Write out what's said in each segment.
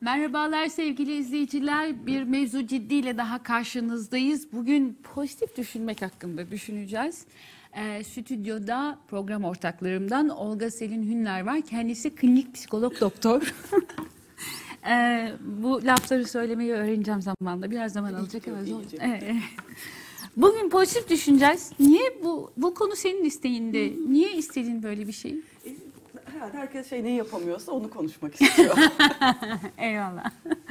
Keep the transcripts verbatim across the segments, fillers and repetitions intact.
Merhabalar sevgili izleyiciler. Bir mevzu ciddiyle daha karşınızdayız. Bugün pozitif düşünmek hakkında düşüneceğiz. Ee, stüdyoda program ortaklarımdan Olga Selin Hünler var. Kendisi klinik psikolog doktor. ee, bu lafları söylemeyi öğreneceğim zamanla. Biraz zaman alacak ama zor. Evet. Bugün pozitif düşüneceğiz. Niye bu bu konu senin isteğinde? Niye istedin böyle bir şey? Herhalde herkes şey neyi yapamıyorsa onu konuşmak istiyor. Eyvallah.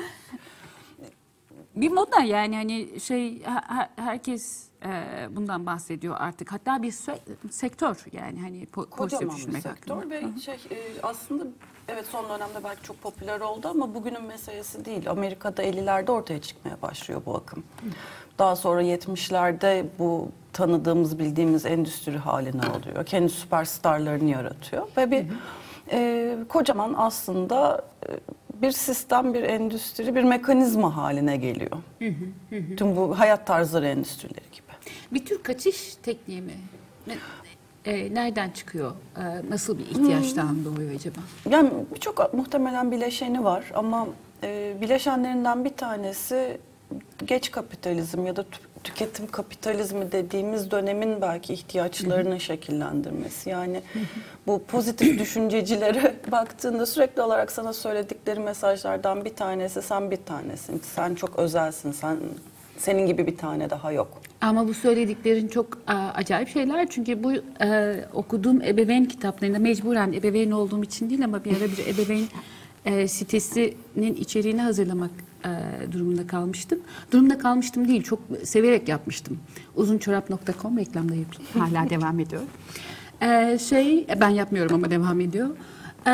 Bir moda yani hani şey herkes bundan bahsediyor artık. Hatta bir sektör yani hani kocaman bir sektör ve şey aslında evet son dönemde belki çok popüler oldu ama bugünün meselesi değil. Amerika'da ellilerde ortaya çıkmaya başlıyor bu akım. Daha sonra yetmişlerde bu tanıdığımız, bildiğimiz endüstri haline alıyor. Kendi süperstarlarını yaratıyor ve bir e, kocaman aslında e, bir sistem, bir endüstri, bir mekanizma haline geliyor. Hı hı, hı. Tüm bu hayat tarzları endüstrileri gibi. Bir tür kaçış tekniği mi? E, nereden çıkıyor? E, nasıl bir ihtiyaçtan hmm. doğuyor acaba? Yani birçok muhtemelen bileşeni var ama e, bileşenlerinden bir tanesi geç kapitalizm ya da tüketim kapitalizmi dediğimiz dönemin belki ihtiyaçlarını hı hı. şekillendirmesi. Yani hı hı. bu pozitif düşüncecilere baktığında sürekli olarak sana söyledikleri mesajlardan bir tanesi sen bir tanesin. Sen çok özelsin. Sen senin gibi bir tane daha yok. Ama bu söylediklerin çok a, acayip şeyler. Çünkü bu e, okuduğum ebeveyn kitaplarında mecburen ebeveyn olduğum için değil ama bir ara bir ebeveyn e, sitesinin içeriğini hazırlamak e, durumunda kalmıştım. Durumda kalmıştım değil, çok severek yapmıştım. uzunçorap nokta com reklamda yapayım. Hala devam ediyor. E, şey, ben yapmıyorum ama devam ediyor. E,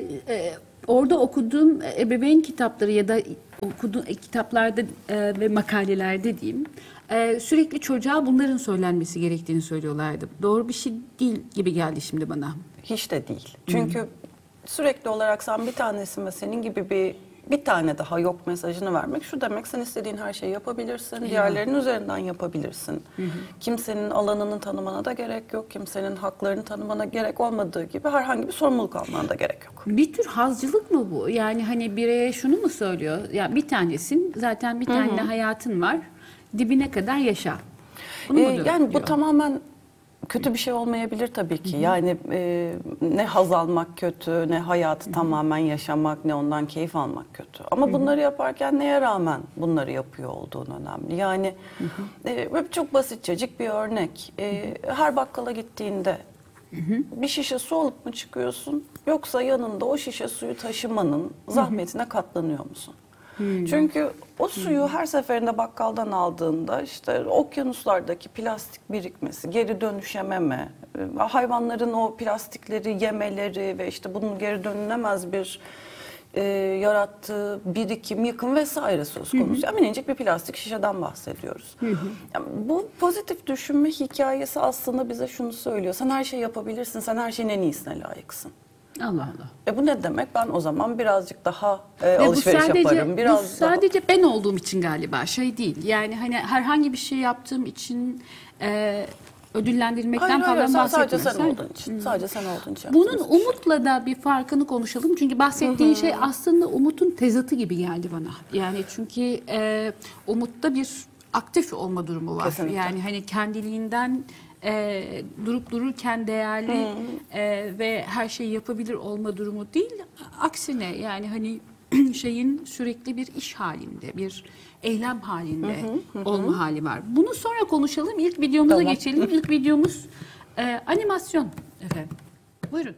e, orada okuduğum ebeveyn kitapları ya da okuduğum kitaplarda e, ve makalelerde diyeyim, e, sürekli çocuğa bunların söylenmesi gerektiğini söylüyorlardı. Doğru bir şey değil gibi geldi şimdi bana. Hiç de değil. Çünkü hmm. sürekli olarak sen bir tanesin ve senin gibi bir bir tane daha yok mesajını vermek şu demek, sen istediğin her şeyi yapabilirsin, evet. diğerlerinin üzerinden yapabilirsin. Hı hı. Kimsenin alanını tanımana da gerek yok, kimsenin haklarını tanımana gerek olmadığı gibi herhangi bir sorumluluk almana da gerek yok. Bir tür hazcılık mı bu? Yani hani bireye şunu mu söylüyor? Ya bir tanesin, zaten bir tane de hayatın var, dibine kadar yaşa. Bunu ee, yani bu tamamen kötü bir şey olmayabilir tabii ki. Hı hı. Yani e, ne haz almak kötü, ne hayatı hı hı. tamamen yaşamak, ne ondan keyif almak kötü. Ama hı hı. bunları yaparken neye rağmen bunları yapıyor olduğun önemli. Yani hı hı. E, çok basitçecik bir örnek. E, her bakkala gittiğinde hı hı. bir şişe su alıp mı çıkıyorsun? Yoksa yanında o şişe suyu taşımanın zahmetine hı hı. katlanıyor musun? Hmm. Çünkü o suyu hmm. her seferinde bakkaldan aldığında işte okyanuslardaki plastik birikmesi, geri dönüşememe, hayvanların o plastikleri yemeleri ve işte bunun geri dönülemez bir e, yarattığı birikim, yıkım vesaire söz konusu. Yani minicik bir plastik şişeden bahsediyoruz. Yani bu pozitif düşünme hikayesi aslında bize şunu söylüyor. Sen her şeyi yapabilirsin, sen her şeyin en iyisine layıksın. Allah Allah. E bu ne demek? Ben o zaman birazcık daha e, alışveriş sadece, yaparım. Biraz bu sadece daha... ben olduğum için galiba şey değil. Yani hani herhangi bir şey yaptığım için e, ödüllendirilmekten hayır, falan hayır, bahsetmiyorum. Sadece sen olduğun için. Hmm. Sadece sen olduğun için. Bunun umutla da bir farkını konuşalım. Çünkü bahsettiğin şey aslında umutun tezatı gibi geldi bana. Yani çünkü e, umutta bir aktif olma durumu var. Kesinlikle. Yani hani kendiliğinden E, durup dururken değerli e, ve her şeyi yapabilir olma durumu değil. Aksine yani hani şeyin sürekli bir iş halinde, bir eylem halinde hı hı, hı. olma hali var. Bunu sonra konuşalım. İlk videomuza tamam. geçelim. İlk videomuz e, animasyon efendim. Buyurun.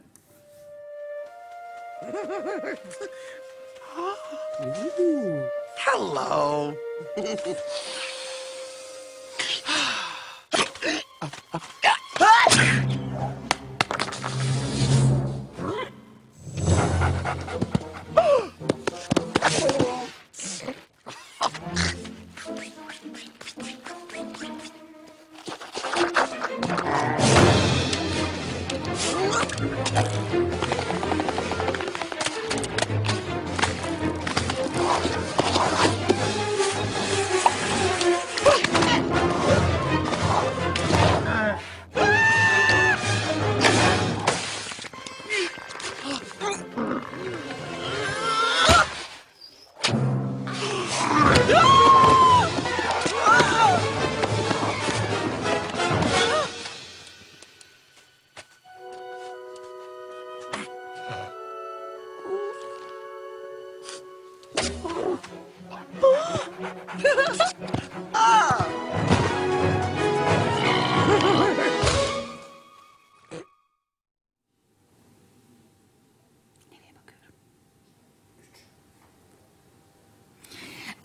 Hello.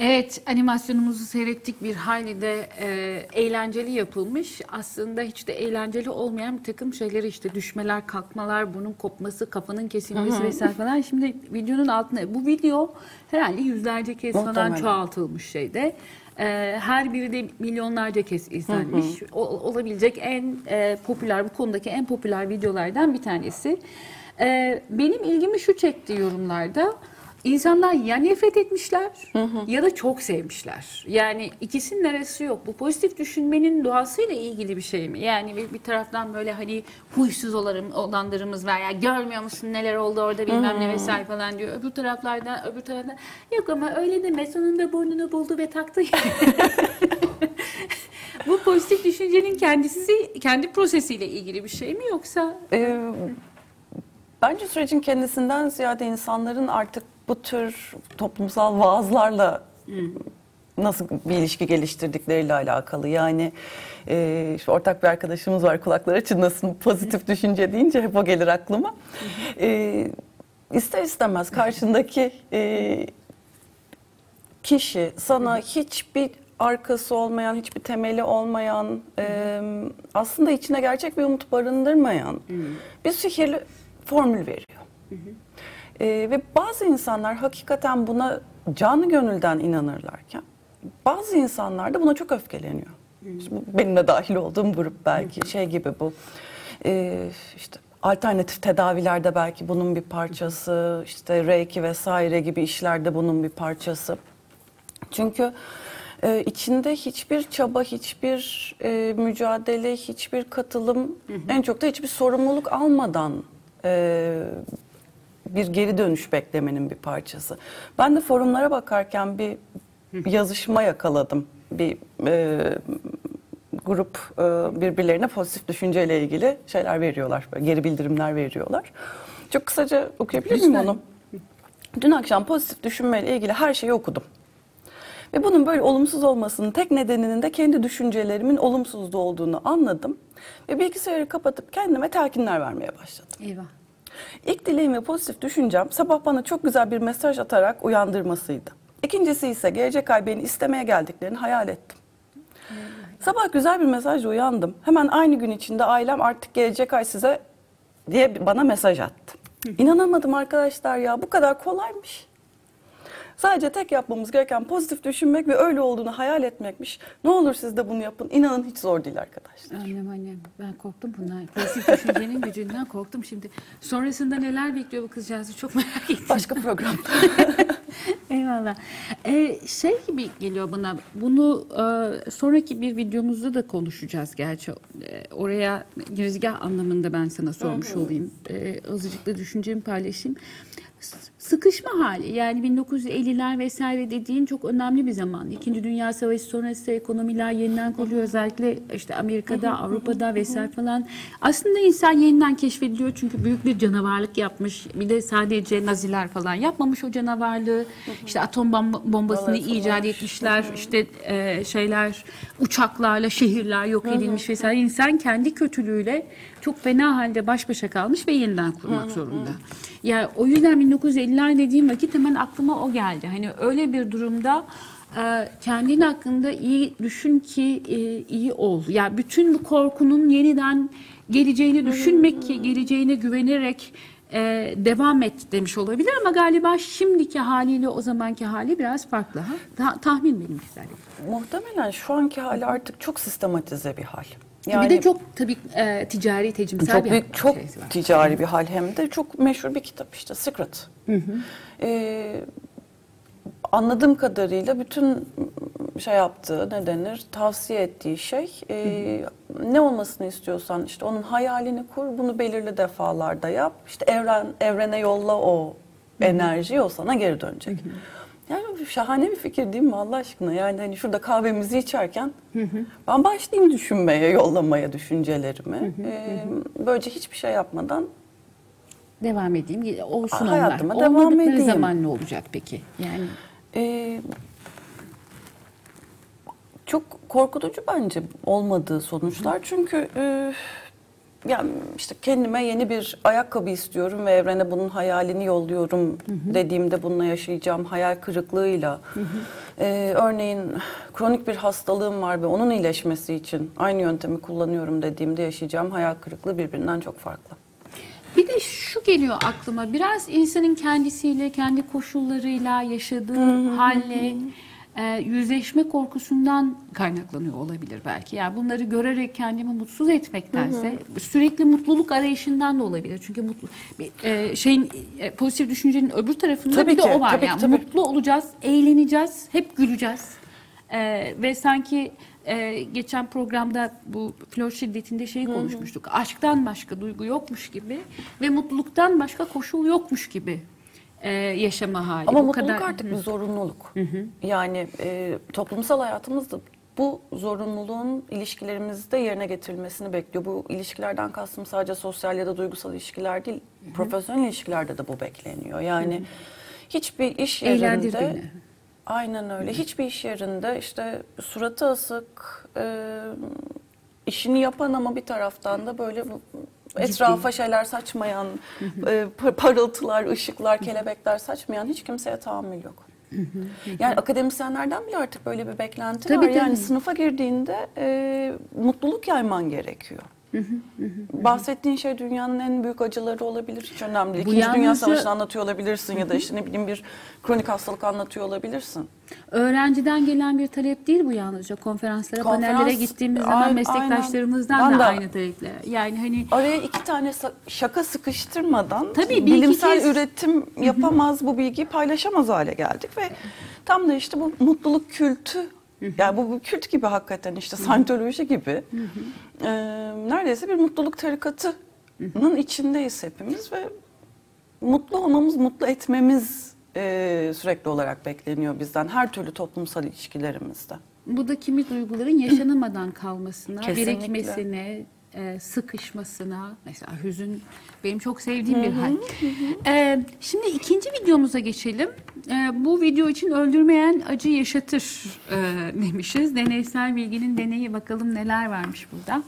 Evet, animasyonumuzu seyrettik, bir hayli de e, eğlenceli yapılmış. Aslında hiç de eğlenceli olmayan bir takım şeyleri, işte düşmeler, kalkmalar, burnun kopması, kafanın kesilmesi vesaire falan. Şimdi videonun altına, bu video herhalde yüzlerce kez falan Muhtemelen. çoğaltılmış şeyde. E, her biri de milyonlarca kez izlenmiş. O, olabilecek en e, popüler, bu konudaki en popüler videolardan bir tanesi. E, benim ilgimi şu çekti yorumlarda. İnsanlar ya nefret etmişler hı hı. ya da çok sevmişler. Yani ikisinin arası yok. Bu pozitif düşünmenin doğasıyla ilgili bir şey mi? Yani bir, bir taraftan böyle hani huysuz olanlarım, olanlarımız var ya, görmüyor musun neler oldu orada bilmem ne vesaire falan diyor. Öbür taraflardan öbür taraftan yok ama öyle deme, sonunda burnunu buldu ve taktı. Bu pozitif düşüncenin kendisi, kendi prosesiyle ilgili bir şey mi yoksa? Ee, bence sürecin kendisinden ziyade insanların artık bu tür toplumsal vaazlarla hmm. nasıl bir ilişki geliştirdikleriyle alakalı. Yani e, işte ortak bir arkadaşımız var, kulakları çınlasın, pozitif düşünce deyince hep o gelir aklıma. E, ister istemez karşındaki e, kişi sana hiçbir arkası olmayan, hiçbir temeli olmayan, e, aslında içine gerçek bir umut barındırmayan bir sihirli formül veriyor. E, ve bazı insanlar hakikaten buna canı gönülden inanırlarken, bazı insanlar da buna çok öfkeleniyor. Şimdi benim de dahil olduğum grup belki şey gibi bu, e, işte alternatif tedavilerde belki bunun bir parçası, işte Reiki vesaire gibi işlerde bunun bir parçası. Çünkü e, içinde hiçbir çaba, hiçbir e, mücadele, hiçbir katılım, hı hı. en çok da hiçbir sorumluluk almadan e, bir geri dönüş beklemenin bir parçası. Ben de forumlara bakarken bir, bir yazışma yakaladım. Bir e, grup e, birbirlerine pozitif düşünceyle ilgili şeyler veriyorlar, böyle geri bildirimler veriyorlar. Çok kısaca okuyabilir miyim onu? Dün akşam pozitif düşünmeyle ilgili her şeyi okudum. Ve bunun böyle olumsuz olmasının tek nedeninin de kendi düşüncelerimin olumsuzluğu olduğunu anladım. Ve bilgisayarı kapatıp kendime telkinler vermeye başladım. Eyvah. İlk dileğim ve pozitif düşüncem sabah bana çok güzel bir mesaj atarak uyandırmasıydı. İkincisi ise gelecek ay beni istemeye geldiklerini hayal ettim. Sabah güzel bir mesajla uyandım. Hemen aynı gün içinde ailem artık gelecek ay size diye bana mesaj attı. İnanamadım arkadaşlar ya, bu kadar kolaymış. Sadece tek yapmamız gereken pozitif düşünmek ve öyle olduğunu hayal etmekmiş. Ne olur siz de bunu yapın. İnanın hiç zor değil arkadaşlar. Annem annem ben korktum bundan. Pozitif düşüncenin gücünden korktum şimdi. Sonrasında neler bekliyor bu kızcağızı çok merak ettim. Başka programda. Eyvallah. Ee, şey gibi geliyor bana. Bunu e, sonraki bir videomuzda da konuşacağız gerçi. E, oraya girizgah anlamında ben sana sormuş hı hı. olayım. E, azıcık da düşüncemi paylaşayım. Sıkışma hali, yani bin dokuz yüz elliler vesaire dediğin çok önemli bir zaman. İkinci Dünya Savaşı sonrası ekonomiler yeniden kuruluyor, özellikle işte Amerika'da, Avrupa'da vesaire falan. Aslında insan yeniden keşfediliyor çünkü büyük bir canavarlık yapmış. Bir de sadece Naziler falan yapmamış o canavarlığı. İşte atom bombasını icat etmişler. İşte e, şeyler, uçaklarla şehirler yok edilmiş vesaire. İnsan kendi kötülüğüyle çok fena halde baş başa kalmış ve yeniden kurmak zorunda. Yani o yüzden bin dokuz yüz elliler dediğim vakit hemen aklıma o geldi. Hani öyle bir durumda e, kendin hakkında iyi düşün ki e, iyi ol. Ya yani bütün bu korkunun yeniden geleceğini düşünmek ki geleceğine güvenerek e, devam et demiş olabilir ama galiba şimdiki haliyle o zamanki hali biraz farklı. Ha? Ta- tahmin benim güzelim. Muhtemelen şu anki hali artık çok sistematize bir hal. Yani, bir de çok tabii e, ticari, tecimsel çok bir büyük, çok var. ticari bir hal, hem de çok meşhur bir kitap işte Secret. Hı hı. Ee, anladığım kadarıyla bütün şey yaptığı, ne denir, tavsiye ettiği şey e, hı hı. ne olmasını istiyorsan işte onun hayalini kur, bunu belirli defalarda yap, işte evren evrene yolla o hı hı. enerjiyi, o sana geri dönecek. Hı hı. Yani şahane bir fikir değil mi Allah aşkına? Yani hani şurada kahvemizi içerken hı hı. ben başlayayım düşünmeye, yollamaya düşüncelerimi. Hı hı, ee, hı. Böylece hiçbir şey yapmadan devam edeyim. Olsun hayatıma onlar. devam Olmadıkları edeyim. zaman ne olacak peki? Yani ee, çok korkutucu bence olmadığı sonuçlar. Hı hı. Çünkü e, yani işte kendime yeni bir ayakkabı istiyorum ve evrene bunun hayalini yolluyorum hı hı. dediğimde bununla yaşayacağım hayal kırıklığıyla. Hı hı. Ee, örneğin kronik bir hastalığım var ve onun iyileşmesi için aynı yöntemi kullanıyorum dediğimde yaşayacağım hayal kırıklığı birbirinden çok farklı. Bir de şu geliyor aklıma, biraz insanın kendisiyle, kendi koşullarıyla, yaşadığı hı hı. halle e, yüzleşme korkusundan kaynaklanıyor olabilir belki. Yani bunları görerek kendimi mutsuz etmektense hı hı. sürekli mutluluk arayışından da olabilir. Çünkü mutlu e, şeyin e, pozitif düşüncenin öbür tarafında tabii bir ki, de o var. Tabii yani ki, tabii. Mutlu olacağız, eğleneceğiz, hep güleceğiz e, ve sanki Ee, geçen programda bu flört şiddetinde şeyi konuşmuştuk. Hı hı. Aşktan başka duygu yokmuş gibi ve mutluluktan başka koşul yokmuş gibi e, yaşama hali. Ama bu mutluluk kadar... artık bir zorunluluk. Hı hı. Yani e, toplumsal hayatımızda bu zorunluluğun ilişkilerimizde yerine getirilmesini bekliyor. Bu ilişkilerden kastım sadece sosyal ya da duygusal ilişkiler değil, hı hı. profesyonel ilişkilerde de bu bekleniyor. Yani hı hı. hiçbir iş yerinde... Aynen öyle. Hı-hı. Hiçbir iş yerinde işte suratı asık, e, işini yapan ama bir taraftan da böyle etrafa şeyler saçmayan, e, parıltılar, ışıklar, kelebekler saçmayan hiç kimseye tahammül yok. Hı-hı. Yani akademisyenlerden bile artık böyle bir beklenti tabii var. Tabii. Yani sınıfa girdiğinde e, mutluluk yayman gerekiyor. Hı hı, hı hı. Bahsettiğin şey dünyanın en büyük acıları olabilir. Hiç önemli değil. İkinci yalnızca... Dünya Savaşı'nı anlatıyor olabilirsin hı hı. ya da işte ne bileyim bir kronik hastalık anlatıyor olabilirsin. Öğrenciden gelen bir talep değil bu yalnızca. Konferanslara, Konferans, panellere gittiğimiz zaman aynen, meslektaşlarımızdan da, da aynı talepler. Yani hani araya iki tane şaka sıkıştırmadan tabii, bilimsel kez... üretim yapamaz, hı hı. bu bilgiyi paylaşamaz hale geldik ve tam da işte bu mutluluk kültü. Yani bu, bu kült gibi hakikaten işte Scientoloji gibi hı hı. E, neredeyse bir mutluluk tarikatının içindeyiz hepimiz ve mutlu olmamız, mutlu etmemiz e, sürekli olarak bekleniyor bizden her türlü toplumsal ilişkilerimizde. Bu da kimi duyguların yaşanamadan kalmasına, birikmesine, e, sıkışmasına, mesela hüzün benim çok sevdiğim bir hal. E, şimdi ikinci videomuza geçelim. E, bu video için öldürmeyen acı yaşatır e, demişiz. Deneysel bilginin deneyi, bakalım neler varmış burada.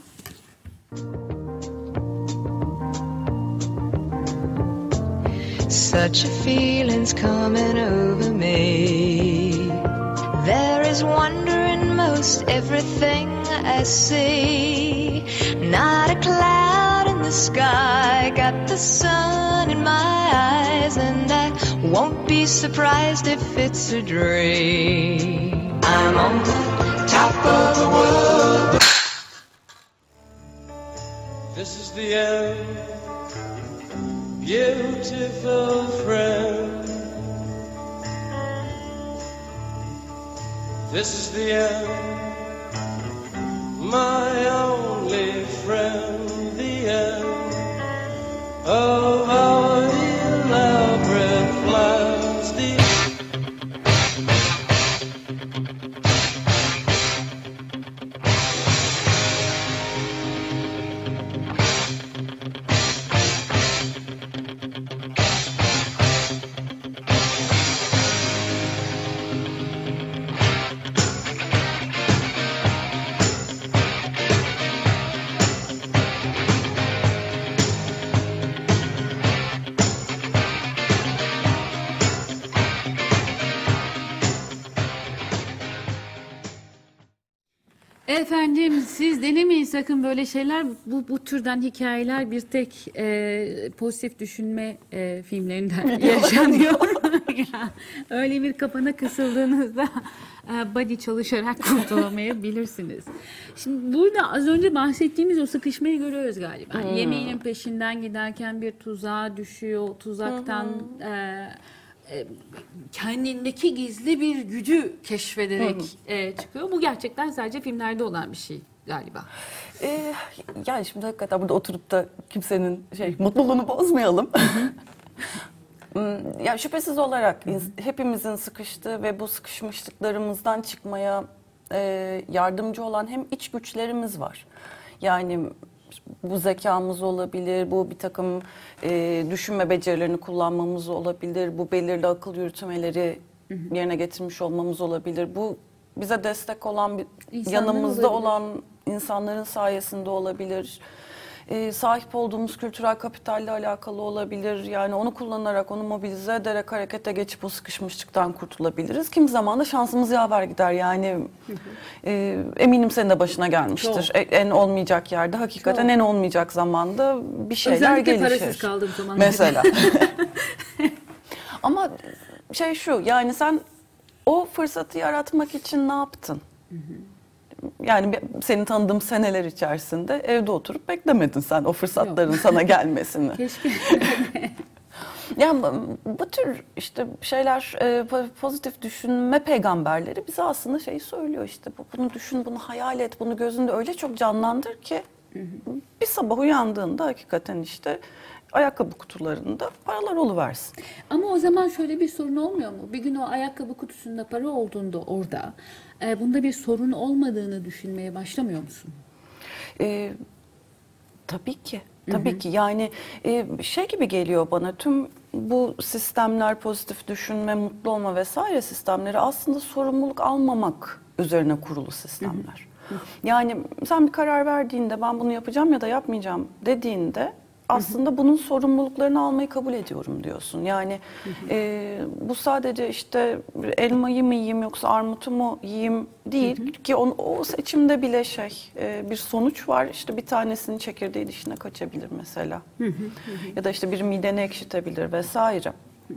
Such a feeling's coming over me. There is wonder in most everything I see. Not a cloud in the sky, got the sun in my eyes, and I won't be surprised if it's a dream. I'm on the top of the world. This is the end, beautiful friend. This is the end, my only friend, the end of our elaborate plans. The Efendim siz denemeyin sakın böyle şeyler. Bu, bu türden hikayeler bir tek e, pozitif düşünme e, filmlerinden yaşanıyor. Öyle bir kapana kısıldığınızda e, body çalışarak kurtulamayabilirsiniz. Şimdi burada az önce bahsettiğimiz o sıkışmayı görüyoruz galiba. Hmm. Yemeğinin peşinden giderken bir tuzağa düşüyor. Tuzaktan... E, kendindeki gizli bir gücü keşfederek e, çıkıyor. Bu gerçekten sadece filmlerde olan bir şey galiba. Ee, yani şimdi hakikaten burada oturup da kimsenin şey mutluluğunu bozmayalım. Ya şüphesiz olarak hepimizin sıkıştığı ve bu sıkışmışlıklarımızdan çıkmaya e, yardımcı olan hem iç güçlerimiz var. Yani bu zekamız olabilir, bu bir takım e, düşünme becerilerini kullanmamız olabilir, bu belirli akıl yürütmeleri hı hı. yerine getirmiş olmamız olabilir. Bu bize destek olan, bir, yanımızda olabilir. olan insanların sayesinde olabilir. e, sahip olduğumuz kültürel kapitalle alakalı olabilir. Yani onu kullanarak, onu mobilize ederek harekete geçip o sıkışmışlıktan kurtulabiliriz. Kimi zaman da şansımız yaver gider. Yani e, eminim senin de başına gelmiştir. E, en olmayacak yerde, hakikaten Çok. en olmayacak zamanda bir şeyler Özellikle gelişir. parasız kaldığım zaman. Mesela. Ama şey şu, yani sen o fırsatı yaratmak için ne yaptın? Yani bir- seni tanıdığım seneler içerisinde evde oturup beklemedin sen o fırsatların Yok. sana gelmesini. Keşke. Yani bu- bu tür işte şeyler, e, po- pozitif düşünme peygamberleri bize aslında şeyi söylüyor, işte bu- bunu düşün, bunu hayal et, bunu gözünde öyle çok canlandır ki bir sabah uyandığında hakikaten işte ayakkabı kutularında paralar oluversin. Ama o zaman şöyle bir sorun olmuyor mu? Bir gün o ayakkabı kutusunda para olduğunda orada e, bunda bir sorun olmadığını düşünmeye başlamıyor musun? Ee, tabii ki, tabii ki. Yani e, şey gibi geliyor bana, tüm bu sistemler, pozitif düşünme, mutlu olma vesaire sistemleri aslında sorumluluk almamak üzerine kurulu sistemler. Yani sen bir karar verdiğinde, ben bunu yapacağım ya da yapmayacağım dediğinde aslında bunun sorumluluklarını almayı kabul ediyorum diyorsun. Yani e, bu sadece işte elmayı mı yiyeyim yoksa armutu mu yiyeyim değil ki, on, o seçimde bile şey e, bir sonuç var. İşte bir tanesinin çekirdeği dişine kaçabilir mesela. Ya da işte bir mideni ekşitebilir vesaire.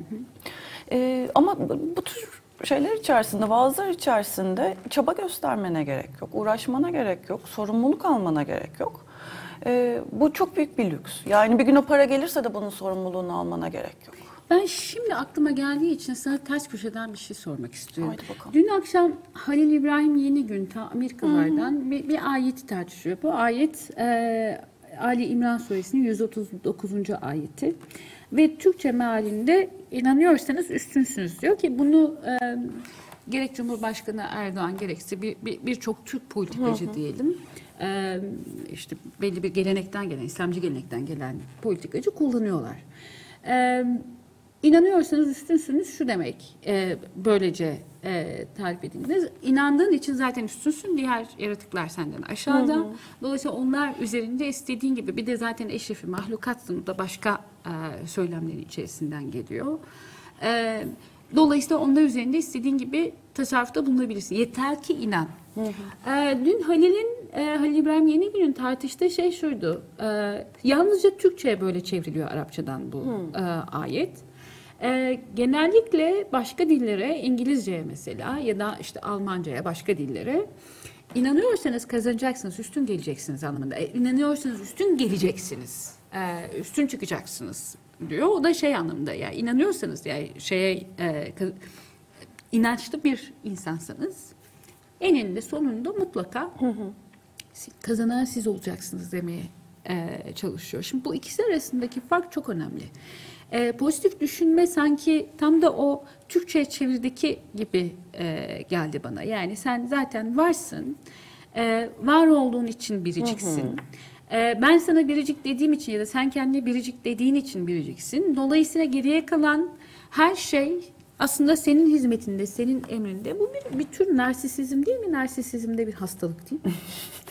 E, ama bu tür şeyler içerisinde, vaazlar içerisinde çaba göstermene gerek yok, uğraşmana gerek yok, sorumluluk almana gerek yok. Ee, bu çok büyük bir lüks. Yani bir gün o para gelirse de bunun sorumluluğunu almana gerek yok. Ben şimdi aklıma geldiği için sana ters köşeden bir şey sormak istiyorum. Haydi bakalım. Dün akşam Halil İbrahim Yenigün ta Amerikalardan bir, bir ayeti tartışıyor. Bu ayet e, Ali İmran Suresinin yüz otuz dokuzuncu ayeti. Ve Türkçe mealinde inanıyorsanız üstünsünüz diyor ki bunu e, gerek Cumhurbaşkanı Erdoğan gerekse bir- bir- birçok Türk politikacı diyelim, e, işte belli bir gelenekten gelen, İslamcı gelenekten gelen politikacı kullanıyorlar. E, İnanıyorsanız üstünsünüz şu demek, e, böylece e, tarif edildiğinde inandığın için zaten üstünsün, diğer yaratıklar senden aşağıda. Hı hı. Dolayısıyla onlar üzerinde istediğin gibi, bir de zaten eşrefi mahlukatsın, o da başka e, söylemlerin içerisinden geliyor. E, dolayısıyla onlar üzerinde istediğin gibi tasarrufta bulunabilirsin. Yeter ki inan. Hı hı. E, dün Halil'in, e, Halil İbrahim Yenigün'ün tartıştığı şey şuydu, e, yalnızca Türkçe'ye böyle çevriliyor Arapçadan bu e, ayet. Ee, genellikle başka dillere, İngilizceye mesela ya da işte Almanca'ya, başka dillere inanıyorsanız kazanacaksınız, üstün geleceksiniz anlamında. E, inanıyorsanız üstün geleceksiniz, e, üstün çıkacaksınız diyor. O da şey anlamında, yani inanıyorsanız, yani şeye e, inançlı bir insansanız eninde sonunda mutlaka hı hı. kazanan siz olacaksınız demeye e, çalışıyor. Şimdi bu ikisi arasındaki fark çok önemli. E, pozitif düşünme sanki tam da o Türkçe çevirideki gibi e, geldi bana. Yani sen zaten varsın, e, var olduğun için biriciksin. Hı hı. E, ben sana biricik dediğim için ya da sen kendine biricik dediğin için biriciksin. Dolayısıyla geriye kalan her şey aslında senin hizmetinde, senin emrinde. Bu bir, bir tür narsisizm değil mi? Narsisizm de bir hastalık değil mi?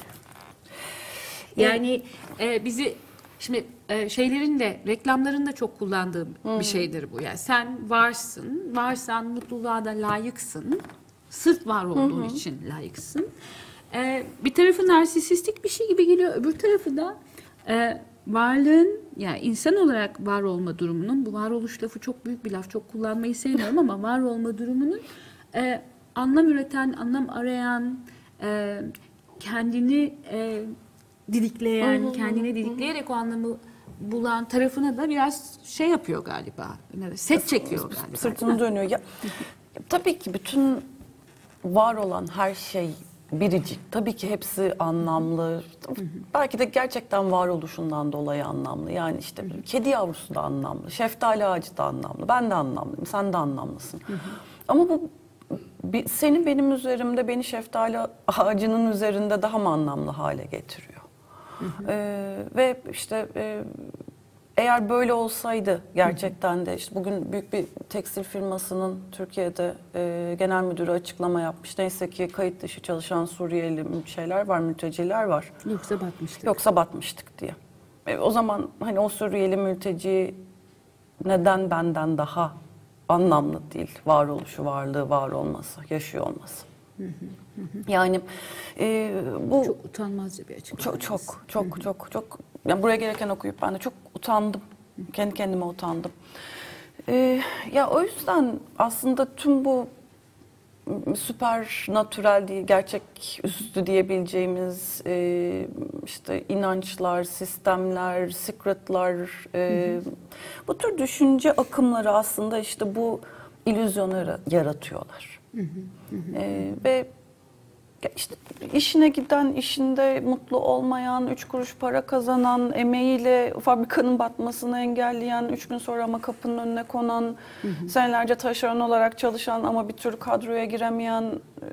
Yani e, bizi... Şimdi e, şeylerin de, reklamların da çok kullandığı hmm. bir şeydir bu. Yani sen varsın, varsan mutluluğa da layıksın. Sırf var olduğun hmm. için layıksın. E, bir tarafı narsisistik bir şey gibi geliyor. Öbür tarafı da e, varlığın, yani insan olarak var olma durumunun, bu varoluş lafı çok büyük bir laf, çok kullanmayı sevmiyorum ama var olma durumunun e, anlam üreten, anlam arayan, e, kendini... E, didikleyen, hı hı, kendine didikleyerek hı. o anlamı bulan tarafına da biraz şey yapıyor galiba. Set çekiyor galiba. Sırtını dönüyor. Ya, tabii ki bütün var olan her şey biricik. Tabii ki hepsi anlamlı. Hı hı. Belki de gerçekten varoluşundan dolayı anlamlı. Yani işte hı hı. kedi yavrusu da anlamlı. Şeftali ağacı da anlamlı. Ben de anlamlıyım. Sen de anlamlısın. Hı hı. Ama bu bir, seni benim üzerimde, beni şeftali ağacının üzerinde daha mı anlamlı hale getiriyor? Hı hı. Ee, ve işte e, eğer böyle olsaydı gerçekten de, işte bugün büyük bir tekstil firmasının Türkiye'de e, genel müdürü açıklama yapmış. Neyse ki kayıt dışı çalışan Suriyeli şeyler var, mülteciler var. Yoksa batmıştık. Yoksa batmıştık diye. E, o zaman hani o Suriyeli mülteci neden benden daha anlamlı değil? Varoluşu, varlığı, var olması, yaşıyor olması. Yani e, bu Çok utanmazca bir açıklama. çok çok çok çok çok yani buraya gelirken okuyup ben de çok utandım. Kendi kendime utandım. E, ya o yüzden aslında tüm bu süper natürel değil, gerçek üstü diyebileceğimiz e, işte inançlar, sistemler, secretlar, e, bu tür düşünce akımları aslında işte bu illüzyonu yaratıyorlar. Hı hı, hı. E, ve işte işine giden, işinde mutlu olmayan, üç kuruş para kazanan, emeğiyle fabrikanın batmasını engelleyen, üç gün sonra ama kapının önüne konan, hı hı. senelerce taşeron olarak çalışan ama bir türlü kadroya giremeyen,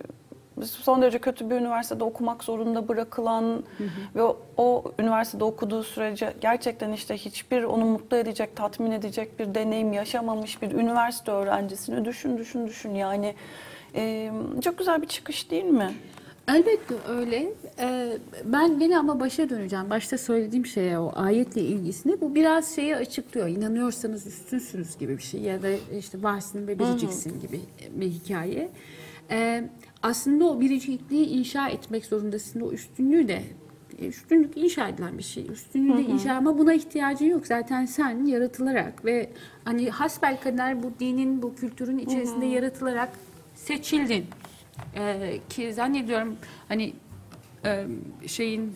son derece kötü bir üniversitede okumak zorunda bırakılan, hı hı. ve o, o üniversitede okuduğu sürece gerçekten işte hiçbir onu mutlu edecek, tatmin edecek bir deneyim yaşamamış bir üniversite öğrencisini düşün, düşün, düşün. Yani e, çok güzel bir çıkış değil mi? Elbette öyle. Ee, ben gene ama başa döneceğim. Başta söylediğim şeye, o ayetle ilgisine, bu biraz şeyi açıklıyor. İnanıyorsanız üstünsünüz gibi bir şey ya da işte varsın ve biriciksin gibi bir hikaye. Ee, aslında o biricikliği inşa etmek zorundasın. O üstünlüğü de üstünlük inşa edilen bir şey. Üstünlüğü de inşa, ama buna ihtiyacın yok. Zaten sen yaratılarak ve hani hasbelkader bu dinin, bu kültürün içerisinde hı hı. yaratılarak seçildin. Ee, ki zannediyorum hani e, şeyin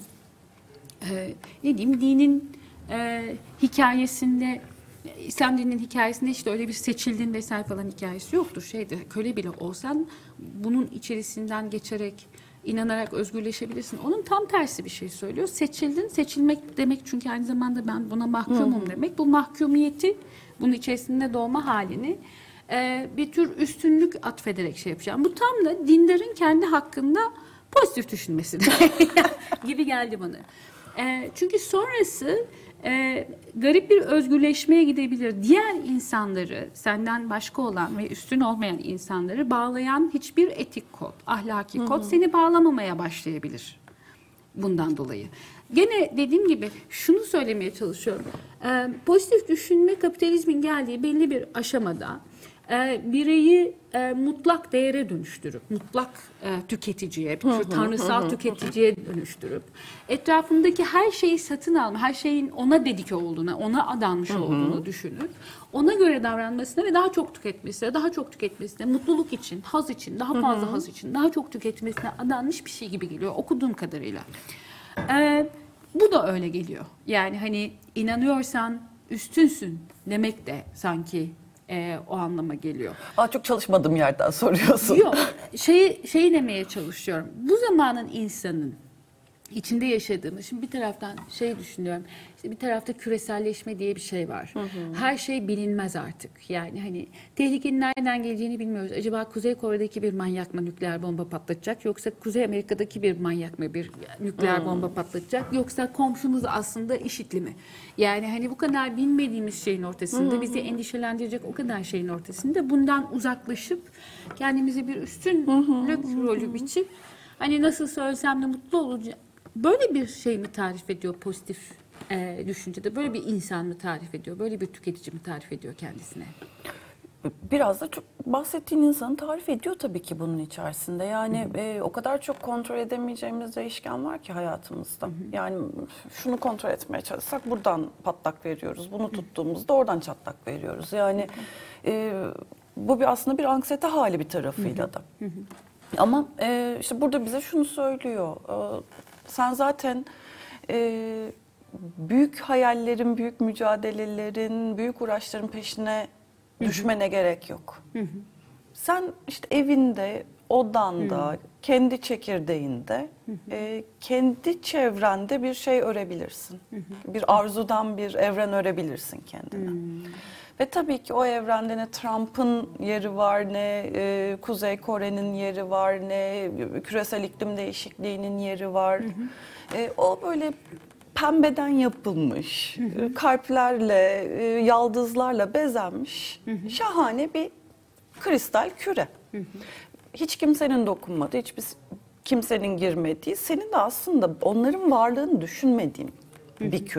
e, ne diyeyim dinin e, hikayesinde, İslam dininin hikayesinde işte öyle bir seçildin vesaire falan hikayesi yoktur. Şeyde köle bile olsan bunun içerisinden geçerek, inanarak özgürleşebilirsin. Onun tam tersi bir şey söylüyor. Seçildin, seçilmek demek çünkü aynı zamanda ben buna mahkumum hı hı. demek. Bu mahkumiyeti, bunun içerisinde doğma halini bir tür üstünlük atfederek şey yapacağım. Bu tam da dindarın kendi hakkında pozitif düşünmesi gibi geldi bana. E, çünkü sonrası e, garip bir özgürleşmeye gidebilir. Diğer insanları, senden başka olan ve üstün olmayan insanları bağlayan hiçbir etik kod, ahlaki kod hı hı. seni bağlamamaya başlayabilir bundan dolayı. Gene dediğim gibi şunu söylemeye çalışıyorum. E, pozitif düşünme kapitalizmin geldiği belli bir aşamada E, bireyi e, mutlak değere dönüştürüp, mutlak e, tüketiciye, bir tür tanrısal tüketiciye dönüştürüp, etrafındaki her şeyi satın alma, her şeyin ona dedike olduğuna, ona adanmış olduğunu düşünüp, ona göre davranmasına ve daha çok tüketmesine, daha çok tüketmesine, mutluluk için, haz için, daha fazla haz için, daha çok tüketmesine adanmış bir şey gibi geliyor okuduğum kadarıyla. E, bu da öyle geliyor. Yani hani inanıyorsan üstünsün demek de sanki E, o anlama geliyor. Aa, çok çalışmadığım yerden soruyorsun. Yok, şey, şey demeye çalışıyorum. Bu zamanın insanın içinde yaşadığımız, şimdi bir taraftan şey düşünüyorum, işte bir tarafta küreselleşme diye bir şey var. Hı hı. Her şey bilinmez artık. Yani hani tehlikenin nereden geleceğini bilmiyoruz. Acaba Kuzey Kore'deki bir manyak mı nükleer bomba patlatacak? Yoksa Kuzey Amerika'daki bir manyak mı bir nükleer hı. bomba patlatacak? Yoksa komşumuz aslında IŞİD'li mi? Yani hani bu kadar bilmediğimiz şeyin ortasında, hı hı. bizi endişelendirecek o kadar şeyin ortasında bundan uzaklaşıp kendimizi bir üstünlük rolü biçip hani nasıl söylesem de mutlu olacağım. Böyle bir şey mi tarif ediyor pozitif e, düşüncede? Böyle bir insan mı tarif ediyor? Böyle bir tüketici mi tarif ediyor kendisine? Biraz da çok bahsettiğin insanı tarif ediyor tabii ki bunun içerisinde. Yani e, o kadar çok kontrol edemeyeceğimiz değişken var ki hayatımızda. Hı hı. Yani şunu kontrol etmeye çalışsak buradan patlak veriyoruz. Bunu tuttuğumuzda oradan çatlak veriyoruz. Yani e, bu bir aslında bir anksiyete hali bir tarafıyla hı hı. da. Hı hı. Ama e, işte burada bize şunu söylüyor. E, sen zaten e, büyük hayallerin, büyük mücadelelerin, büyük uğraşların peşine düşmene gerek yok. Hı hı. Sen işte evinde, odanda, hı hı. kendi çekirdeğinde, hı hı. E, kendi çevrende bir şey örebilirsin. Hı hı. Bir arzudan bir evren örebilirsin kendine. Hı. Ve tabii ki o evrende ne Trump'ın yeri var, ne e, Kuzey Kore'nin yeri var, ne küresel iklim değişikliğinin yeri var. Hı hı. E, o böyle pembeden yapılmış, hı hı. kalplerle, e, yaldızlarla bezenmiş hı hı. şahane bir kristal küre. Hı hı. Hiç kimsenin dokunmadığı, hiçbir kimsenin girmediği, senin de aslında onların varlığını düşünmediğin hı hı. bir küre.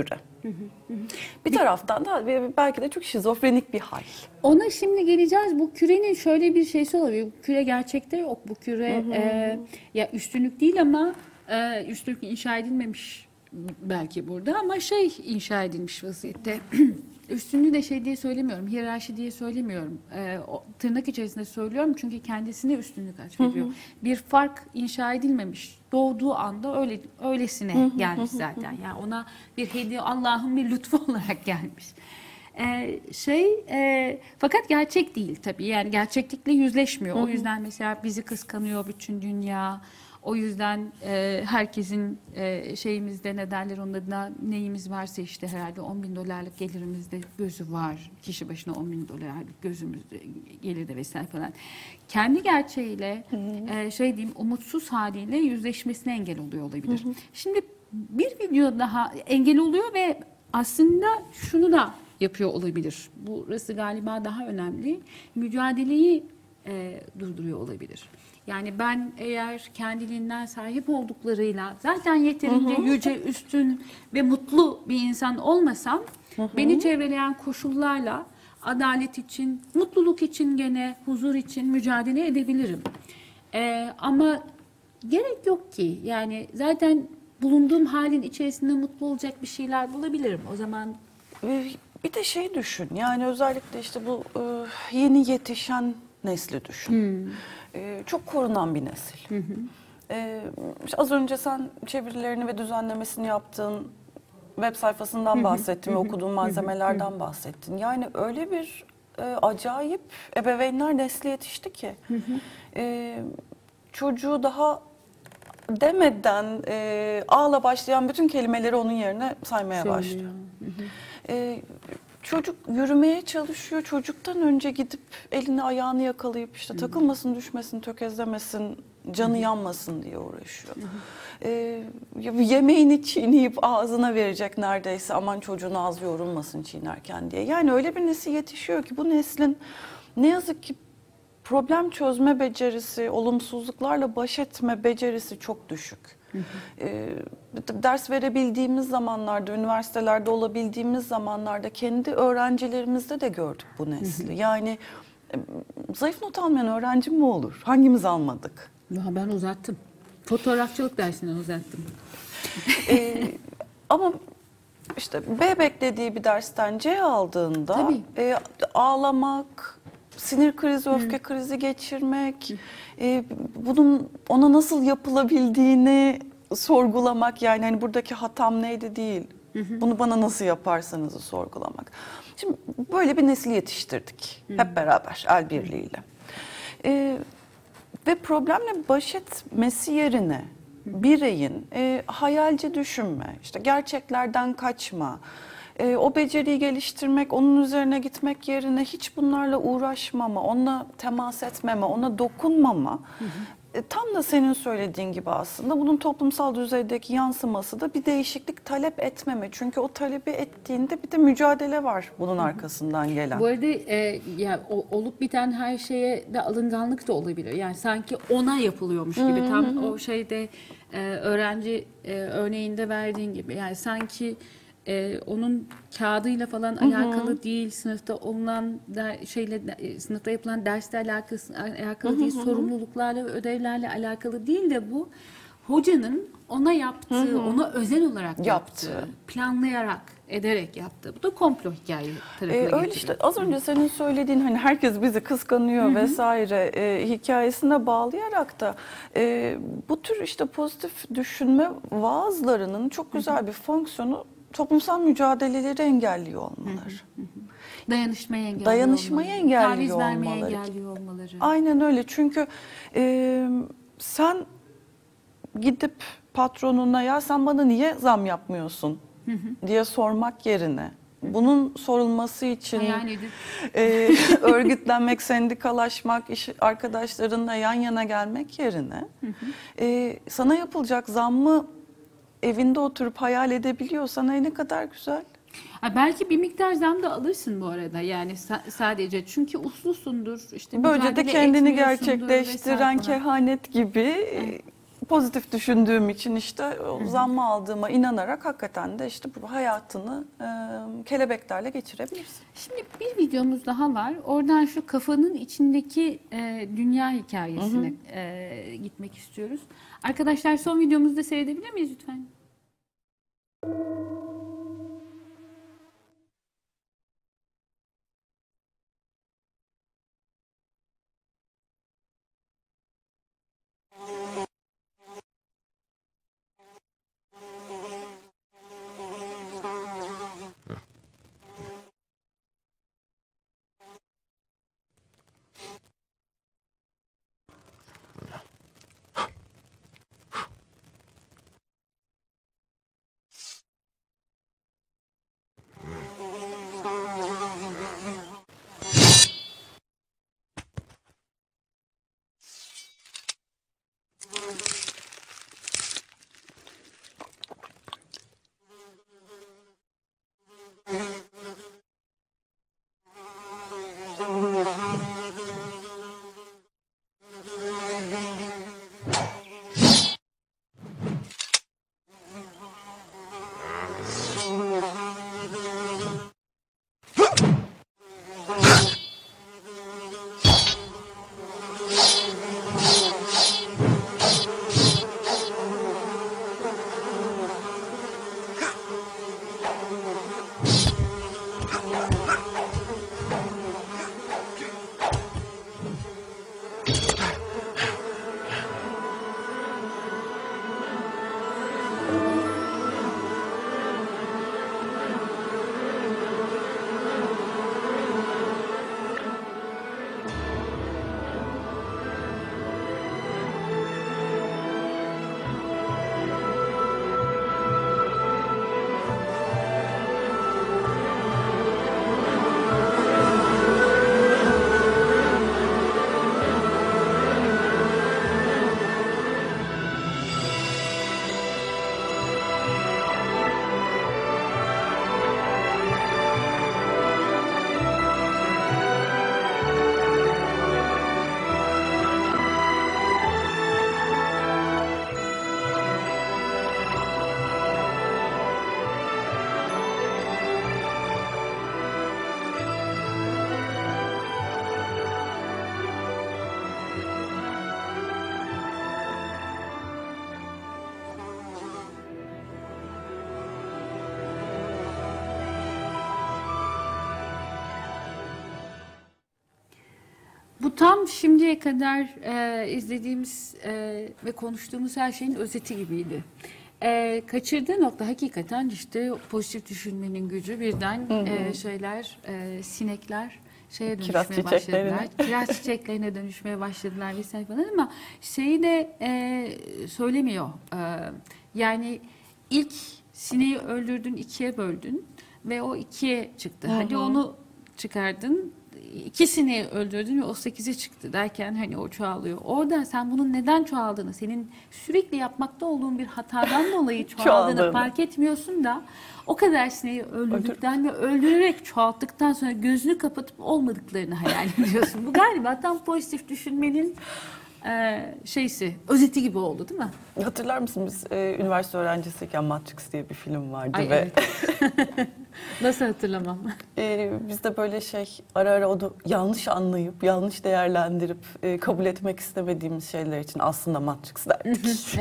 Bir taraftan da belki de çok şizofrenik bir hal. Ona şimdi geleceğiz. Bu kürenin şöyle bir şeysi olabilir. Bu küre gerçekte yok. Bu küre e, ya üstünlük değil ama e, üstünlük inşa edilmemiş belki burada ama şey inşa edilmiş vaziyette. Üstünlüğü de şey diye söylemiyorum, hiyerarşi diye söylemiyorum. E, o, tırnak içerisinde söylüyorum çünkü kendisine üstünlük atfediyor. Bir fark inşa edilmemiş. Doğduğu anda öyle öylesine gelmiş zaten. Yani ona bir hediye, Allah'ın bir lütfu olarak gelmiş. Ee, şey e, fakat gerçek değil tabii, yani gerçeklikle yüzleşmiyor. O yüzden mesela bizi kıskanıyor bütün dünya. O yüzden e, herkesin e, şeyimizde, ne derler onun adına, neyimiz varsa işte herhalde on bin dolarlık gelirimizde gözü var. Kişi başına on bin dolarlık gözümüzde gelirde vesaire falan. Kendi gerçeğiyle e, şey diyeyim, umutsuz haliyle yüzleşmesine engel oluyor olabilir. Hı hı. Şimdi bir video daha engel oluyor ve aslında şunu da yapıyor olabilir. Burası galiba daha önemli. Mücadeleyi e, durduruyor olabilir. Yani ben eğer kendiliğinden sahip olduklarıyla zaten yeterince hı hı. yüce, üstün ve mutlu bir insan olmasam, hı hı. beni çevreleyen koşullarla adalet için, mutluluk için, gene huzur için mücadele edebilirim. Ee, ama gerek yok ki. Yani zaten bulunduğum halin içerisinde mutlu olacak bir şeyler bulabilirim. O zaman bir de şey düşün. Yani özellikle işte bu yeni yetişen nesli düşün. Hmm. Ee, çok korunan bir nesil. Hı hı. Ee, işte az önce sen çevirilerini ve düzenlemesini yaptığın web sayfasından hı hı. bahsettin ve okuduğun malzemelerden hı hı. bahsettin. Yani öyle bir e, acayip ebeveynler nesli yetişti ki hı hı. E, çocuğu daha demeden e, ağla başlayan bütün kelimeleri onun yerine saymaya başlıyor. Hı hı. E, Çocuk yürümeye çalışıyor. Çocuktan önce gidip elini ayağını yakalayıp işte takılmasın, düşmesin, tökezlemesin, canı yanmasın diye uğraşıyor. Ee, yemeğini çiğneyip ağzına verecek neredeyse, aman çocuğun ağzı yorulmasın çiğnerken diye. Yani öyle bir nesil yetişiyor ki bu neslin ne yazık ki problem çözme becerisi, olumsuzluklarla baş etme becerisi çok düşük. Hı hı. Ee, ders verebildiğimiz zamanlarda, üniversitelerde olabildiğimiz zamanlarda kendi öğrencilerimizde de gördük bu nesli. Hı hı. Yani zayıf not almayan öğrenci mi olur? Hangimiz almadık? Ya ben uzattım. Fotoğrafçılık dersinden uzattım. ee, ama işte B beklediği bir dersten C aldığında e, ağlamak, sinir krizi, öfke Hı. krizi geçirmek, e, bunun ona nasıl yapılabildiğini sorgulamak, yani hani buradaki hatam neydi değil, Hı hı. bunu bana nasıl yaparsanızı sorgulamak. Şimdi böyle bir nesil yetiştirdik Hı. hep beraber el birliğiyle. E, ve problemle baş etmesi yerine bireyin e, hayalci düşünme, işte gerçeklerden kaçma, e, o beceriyi geliştirmek, onun üzerine gitmek yerine hiç bunlarla uğraşmama, onunla temas etmeme, ona dokunmama, hı hı. E, tam da senin söylediğin gibi aslında bunun toplumsal düzeydeki yansıması da bir değişiklik talep etmeme. Çünkü o talebi ettiğinde bir de mücadele var bunun arkasından gelen. Bu arada e, ya, o, olup biten her şeye de alınganlık da olabilir. Yani sanki ona yapılıyormuş gibi. Hı hı. Tam o şeyde e, öğrenci e, örneğinde verdiğin gibi. Yani sanki e, onun kağıdıyla falan hı hı. alakalı değil, sınıfta olunan der, şeyle sınıfta yapılan dersle alakalı, alakalı hı hı. değil, sorumluluklarla ve ödevlerle alakalı değil de bu hocanın ona yaptığı, hı hı. ona özel olarak yaptığı, yaptı. planlayarak, ederek yaptığı. Bu da komplo hikaye tarafına ee, öyle işte az önce senin söylediğin hani herkes bizi kıskanıyor Hı-hı. vesaire e, hikayesine bağlayarak da e, bu tür işte pozitif düşünme vaazlarının çok güzel Hı-hı. bir fonksiyonu toplumsal mücadeleleri engelliyor olmaları. Hı hı. Dayanışmayı engelliyor Dayanışmayı olmaları. engelliyor Taviz olmaları. vermeyi engelliyor olmaları. Aynen öyle. Çünkü e, sen gidip patronuna ya sen bana niye zam yapmıyorsun hı hı. diye sormak yerine bunun sorulması için e, örgütlenmek, sendikalaşmak, iş arkadaşlarınla yan yana gelmek yerine hı hı. E, sana yapılacak zammı evinde oturup hayal edebiliyorsan ay ne kadar güzel. Ha, belki bir miktar zam da alırsın bu arada, yani sa- sadece çünkü uslusundur, işte böylece de kendini gerçekleştiren kehanet gibi evet. pozitif düşündüğüm için işte uzanma aldığıma inanarak hakikaten de işte bu hayatını e, kelebeklerle geçirebilirsin. Şimdi bir videomuz daha var. Oradan şu kafanın içindeki e, dünya hikayesine e, gitmek istiyoruz. Arkadaşlar son videomuzu da seyredebilir miyiz lütfen? Bu tam şimdiye kadar e, izlediğimiz e, ve konuştuğumuz her şeyin özeti gibiydi. E, kaçırdığı nokta hakikaten işte pozitif düşünmenin gücü, birden Hı hı. e, şeyler, e, sinekler şeye Kiraz dönüşmeye çiçeklerine. başladılar. Kiraz çiçeklerine dönüşmeye başladılar vesaire falan, ama şeyi de e, söylemiyor. E, yani ilk sineği öldürdün, ikiye böldün ve o ikiye çıktı. Hı Hadi hı. onu çıkardın, ikisini öldürdün ve o sekize çıktı derken hani o çoğalıyor. Orada sen bunun neden çoğaldığını, senin sürekli yapmakta olduğun bir hatadan dolayı çoğaldığını Çoğaldığını. fark etmiyorsun da o kadar sineği öldürdükten ve öldürerek çoğalttıktan sonra gözünü kapatıp olmadıklarını hayal ediyorsun. Bu galiba tam pozitif düşünmenin e, şeysi, özeti gibi oldu değil mi? Hatırlar mısın biz e, üniversite öğrencisiyken Matrix diye bir film vardı Ay ve evet. Nasıl hatırlamam? e, biz de böyle şey ara ara onu yanlış anlayıp yanlış değerlendirip e, kabul etmek istemediğimiz şeyler için aslında Matrix derdik.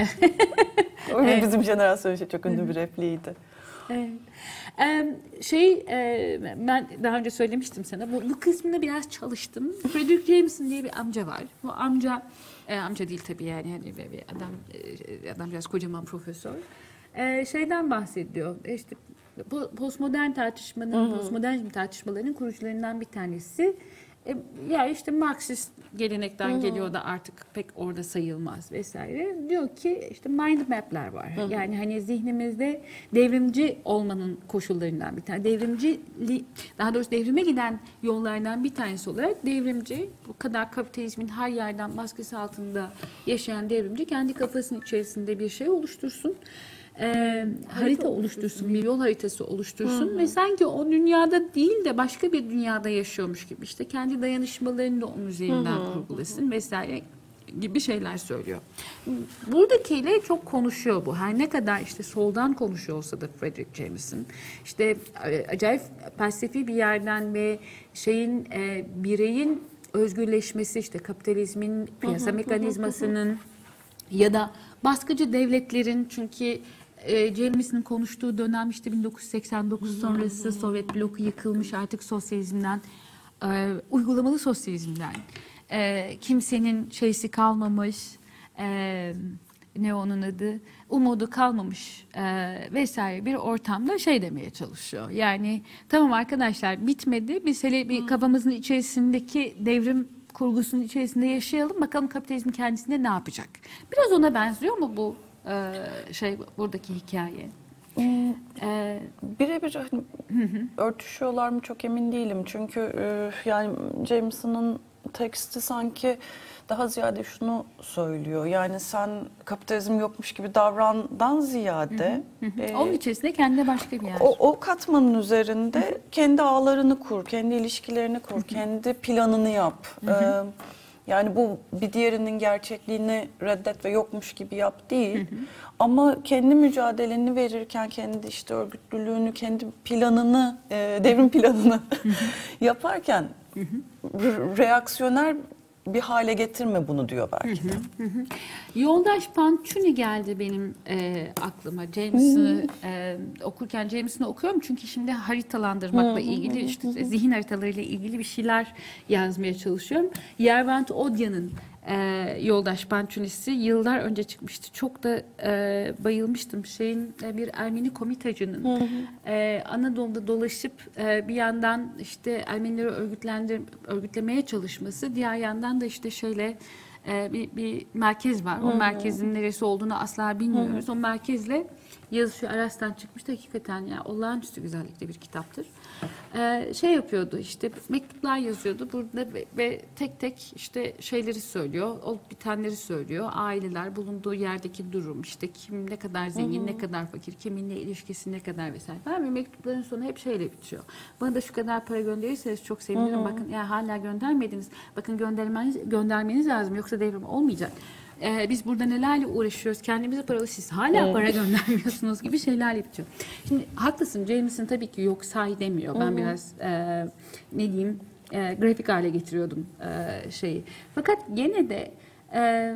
O Evet. bizim jenerasyon için çok ünlü bir repliğiydi. Evet. Ee, şey e, ben daha önce söylemiştim sana, bu, bu kısmında biraz çalıştım. Frederick Jameson diye bir amca var. Bu amca e, amca değil tabii, yani hani bir, bir adam e, adam biraz kocaman profesör. E, şeyden bahsediyor. İşte bu postmodern tartışmanın, Hı hı. postmodernizm tartışmalarının kurucularından bir tanesi. E, ya işte Marksist gelenekten Hı hı. geliyor da artık pek orada sayılmaz vesaire. Diyor ki işte mind map'ler var. Hı hı. Yani hani zihnimizde devrimci olmanın koşullarından bir tane. Devrimci, daha doğrusu devrime giden yollardan bir tanesi olarak devrimci, bu kadar kapitalizmin her yerden baskısı altında yaşayan devrimci kendi kafasının içerisinde bir şey oluştursun. Ee, harita oluştursun, bir yol haritası oluştursun Hı hı. ve sanki o dünyada değil de başka bir dünyada yaşıyormuş gibi işte kendi dayanışmalarını da onun üzerinden Hı hı. kurgulasın vesaire. gibi şeyler söylüyor. Buradakiyle çok konuşuyor bu. Her ne kadar işte soldan konuşuyor olsa da Frederick Jameson, işte e, acayip felsefi bir yerden ve şeyin e, bireyin özgürleşmesi, işte kapitalizmin piyasa mekanizmasının ya da baskıcı devletlerin, çünkü e, Jameson'ın konuştuğu dönem işte bin dokuz yüz seksen dokuz sonrası Sovyet bloku yıkılmış, artık sosyalizmden, e, uygulamalı sosyalizmden e, kimsenin şeysi kalmamış, e, ne onun adı, umudu kalmamış e, vesaire bir ortamda şey demeye çalışıyor. Yani tamam arkadaşlar, bitmedi, biz hele bir kafamızın içerisindeki devrim kurgusunun içerisinde yaşayalım, bakalım kapitalizm kendisinde ne yapacak. Biraz ona benziyor mu bu e, şey, buradaki hikaye? Hmm, E, birebir hani örtüşüyorlar mı çok emin değilim. Çünkü e, yani Jameson'ın teksti sanki daha ziyade şunu söylüyor. Yani sen kapitalizm yokmuş gibi davrandan ziyade e, Onun içerisinde kendine başka bir yer. o, o katmanın üzerinde kendi ağlarını kur, kendi ilişkilerini kur, kendi planını yap. Ee, yani bu bir diğerinin gerçekliğini reddet ve yokmuş gibi yap değil. Ama kendi mücadeleni verirken, kendi işte örgütlülüğünü, kendi planını, e, devrim planını yaparken re- reaksiyoner bir hale getirme bunu diyor belki de. Yoldaş Pantuni geldi benim e, aklıma. Jameson'ı e, okurken, Jameson'ı okuyorum çünkü şimdi haritalandırmakla ilgili, işte zihin haritalarıyla ilgili bir şeyler yazmaya çalışıyorum. Yervant Odya'nın e, Yoldaş Pantuni'si yıllar önce çıkmıştı. Çok da e, bayılmıştım. Şeyin e, bir Ermeni komitacının e, Anadolu'da dolaşıp e, bir yandan işte Ermenileri örgütlendir örgütlemeye çalışması, diğer yandan da işte şöyle e, bir, bir merkez var. O merkezin neresi olduğunu asla bilmiyoruz. O merkezle yazışıyor. Aras'tan çıkmıştı. Hakikaten ya olağanüstü güzellikte bir kitaptır. Ee, şey yapıyordu, işte mektuplar yazıyordu burada ve, ve tek tek işte şeyleri söylüyor, olup bitenleri söylüyor. Aileler, bulunduğu yerdeki durum, işte kim ne kadar zengin, ne kadar fakir, kiminle ilişkisi ne kadar vesaire. Ve mektupların sonu hep şeyle bitiyor. Bana da şu kadar para gönderirseniz çok sevinirim. Bakın ya hala göndermediniz. Bakın göndermeniz, göndermeniz lazım, yoksa devrim olmayacak. Ee, biz burada nelerle uğraşıyoruz, kendimize paralı, siz hala Evet. para göndermiyorsunuz gibi şeylerle bitiyor. Şimdi haklısın, Jameson tabii ki yok say demiyor. Ben biraz e, ne diyeyim e, grafik hale getiriyordum e, şeyi. Fakat gene de e,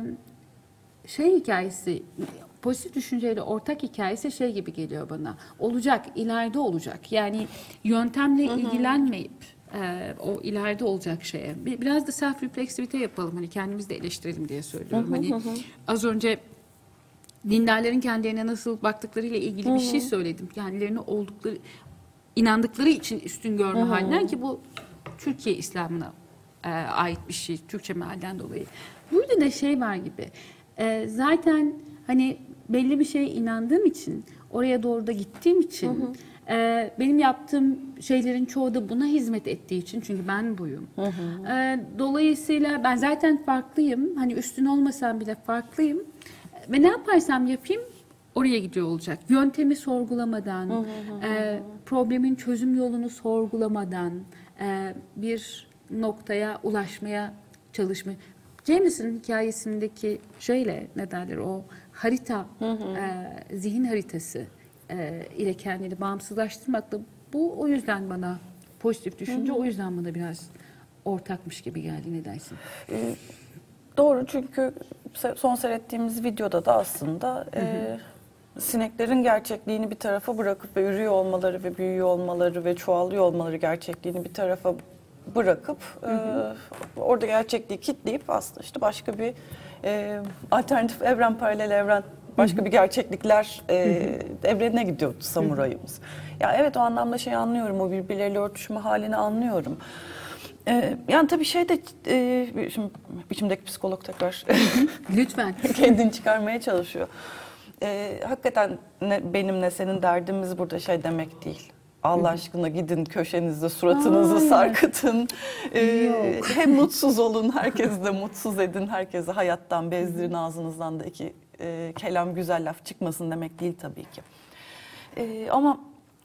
şey hikayesi, pozitif düşünceyle ortak hikayesi şey gibi geliyor bana. Olacak, ileride olacak. Yani yöntemle ilgilenmeyip e, o ileride olacak şeye. Bir- Biraz da self refleksivite yapalım. Hani kendimizi de eleştirelim diye söylüyorum. Hani az önce dindarların kendilerine nasıl baktıklarıyla ilgili bir şey söyledim. Kendilerini oldukları, inandıkları için üstün görme halinden, ki bu Türkiye İslam'ına e, ait bir şey. Türkçe mealden dolayı. Burada da şey var gibi. E, zaten hani belli bir şeye inandığım için, oraya doğru da gittiğim için, e, benim yaptığım şeylerin çoğu da buna hizmet ettiği için, çünkü ben buyum. E, dolayısıyla ben zaten farklıyım. Hani üstün olmasam bile farklıyım. Ve ne yaparsam yapayım oraya gidiyor olacak. Yöntemi sorgulamadan, e, problemin çözüm yolunu sorgulamadan e, bir noktaya ulaşmaya çalışma. Jameson'ın hikayesindeki şeyle, ne derler, o harita, e, zihin haritası e, ile kendini bağımsızlaştırmakla, bu o yüzden bana pozitif düşünce, o yüzden bana biraz ortakmış gibi geldi. Ne dersin? Ee, Doğru, çünkü se- son seyrettiğimiz videoda da aslında e, sineklerin gerçekliğini bir tarafa bırakıp ve ürüyor olmaları ve büyüyor olmaları ve çoğalıyor olmaları gerçekliğini bir tarafa bırakıp e, orada gerçekliği kitleyip aslında işte başka bir e, alternatif evren, paralel evren, başka bir gerçeklikler e, evrenine gidiyordu samurayımız. Ya evet, o anlamda şey anlıyorum, o birbirleriyle örtüşme halini anlıyorum. Ee, yani tabii şey de e, şimdi biçimdeki psikolog tekrar Lütfen. kendini çıkarmaya çalışıyor. Ee, hakikaten ne, benim ne senin derdimiz burada şey demek değil. Allah aşkına gidin köşenizde suratınızı Hayır. sarkıtın. Ee, Yok. hem mutsuz olun, herkesi de mutsuz edin. Herkesi hayattan bezdirin, ağzınızdan da iki e, kelam güzel laf çıkmasın demek değil tabii ki. Ee, ama